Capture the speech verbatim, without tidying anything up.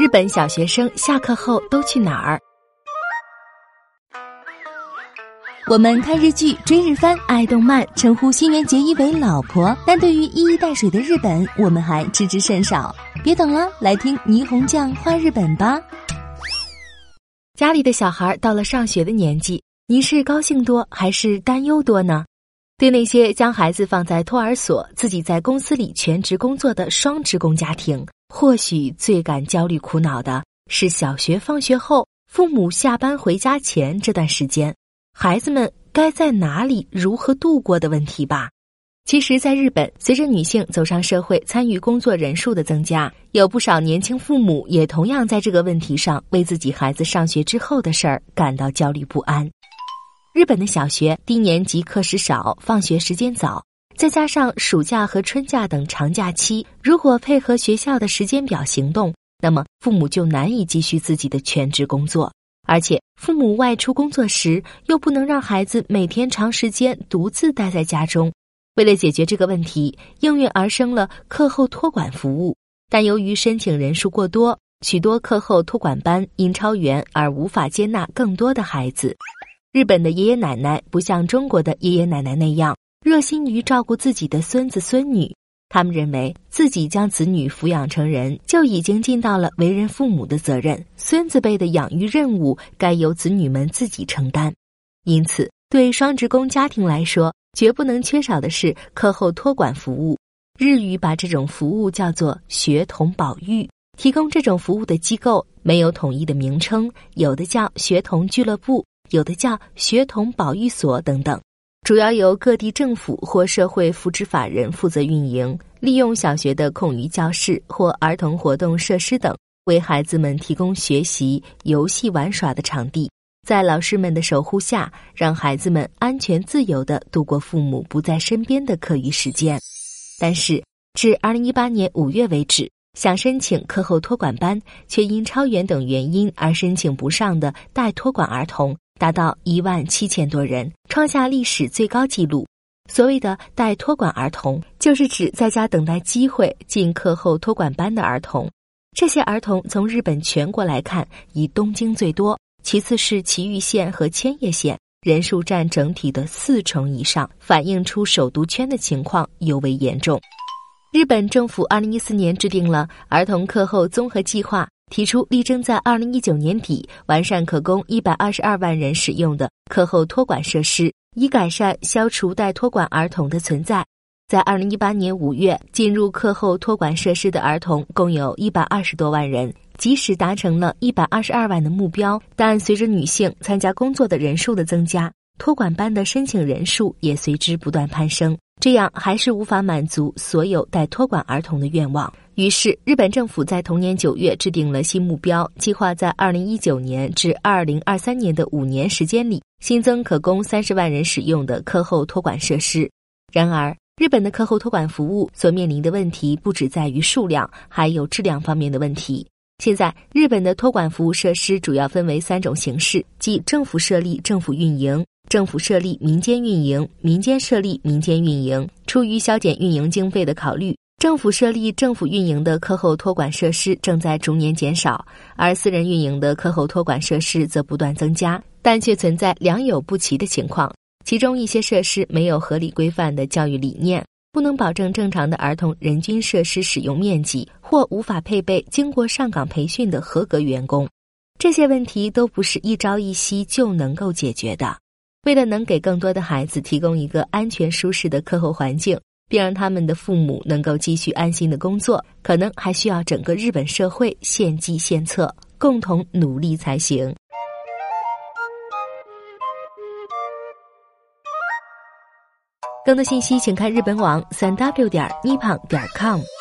日本小学生下课后都去哪儿？我们看日剧、追日番、爱动漫，称呼新垣结衣为老婆，但对于一衣带水的日本，我们还知之甚少。别等了，来听霓虹酱画日本吧。家里的小孩到了上学的年纪，你是高兴多还是担忧多呢？对那些将孩子放在托儿所，自己在公司里全职工作的双职工家庭，或许最感焦虑苦恼的是小学放学后，父母下班回家前这段时间，孩子们该在哪里如何度过的问题吧。其实在日本，随着女性走上社会，参与工作人数的增加，有不少年轻父母也同样在这个问题上为自己孩子上学之后的事儿感到焦虑不安。日本的小学低年级课时少，放学时间早，再加上暑假和春假等长假期，如果配合学校的时间表行动，那么父母就难以继续自己的全职工作。而且父母外出工作时，又不能让孩子每天长时间独自待在家中。为了解决这个问题，应运而生了课后托管服务。但由于申请人数过多，许多课后托管班因超员而无法接纳更多的孩子。日本的爷爷奶奶不像中国的爷爷奶奶那样热心于照顾自己的孙子孙女，他们认为自己将子女抚养成人就已经尽到了为人父母的责任，孙子辈的养育任务该由子女们自己承担。因此，对双职工家庭来说，绝不能缺少的是课后托管服务。日语把这种服务叫做学童保育。提供这种服务的机构没有统一的名称，有的叫学童俱乐部，有的叫学童保育所等等，主要由各地政府或社会福祉法人负责运营，利用小学的空余教室或儿童活动设施等，为孩子们提供学习、游戏玩耍的场地，在老师们的守护下，让孩子们安全自由地度过父母不在身边的课余时间。但是，至二零一八年五月为止，想申请课后托管班却因超员等原因而申请不上的待托管儿童达到一万七千多人，创下历史最高纪录。所谓的待托管儿童，就是指在家等待机会进课后托管班的儿童。这些儿童从日本全国来看，以东京最多，其次是埼玉县和千叶县，人数占整体的四成以上，反映出首都圈的情况尤为严重。日本政府二零一四年制定了儿童课后综合计划，提出力争在二零一九年底完善可供一百二十二万人使用的课后托管设施，以改善消除待托管儿童的存在。在二零一八年五月，进入课后托管设施的儿童共有一百二十多万人。即使达成了一百二十二万的目标，但随着女性参加工作的人数的增加，托管班的申请人数也随之不断攀升，这样还是无法满足所有待托管儿童的愿望。于是，日本政府在同年九月制定了新目标，计划在二零一九年至二零二三年的五年时间里，新增可供三十万人使用的课后托管设施。然而，日本的课后托管服务所面临的问题不只在于数量，还有质量方面的问题。现在，日本的托管服务设施主要分为三种形式，即政府设立、政府运营、政府设立、民间运营、民间设立、民间运营。出于削减运营经费的考虑，政府设立、政府运营的课后托管设施正在逐年减少，而私人运营的课后托管设施则不断增加，但却存在良莠不齐的情况。其中一些设施没有合理规范的教育理念，不能保证正常的儿童人均设施使用面积，或无法配备经过上岗培训的合格员工。这些问题都不是一朝一夕就能够解决的。为了能给更多的孩子提供一个安全舒适的课后环境，并让他们的父母能够继续安心的工作，可能还需要整个日本社会献计献策，共同努力才行。更多信息请看日本网 三 w 点 nippon 点 com。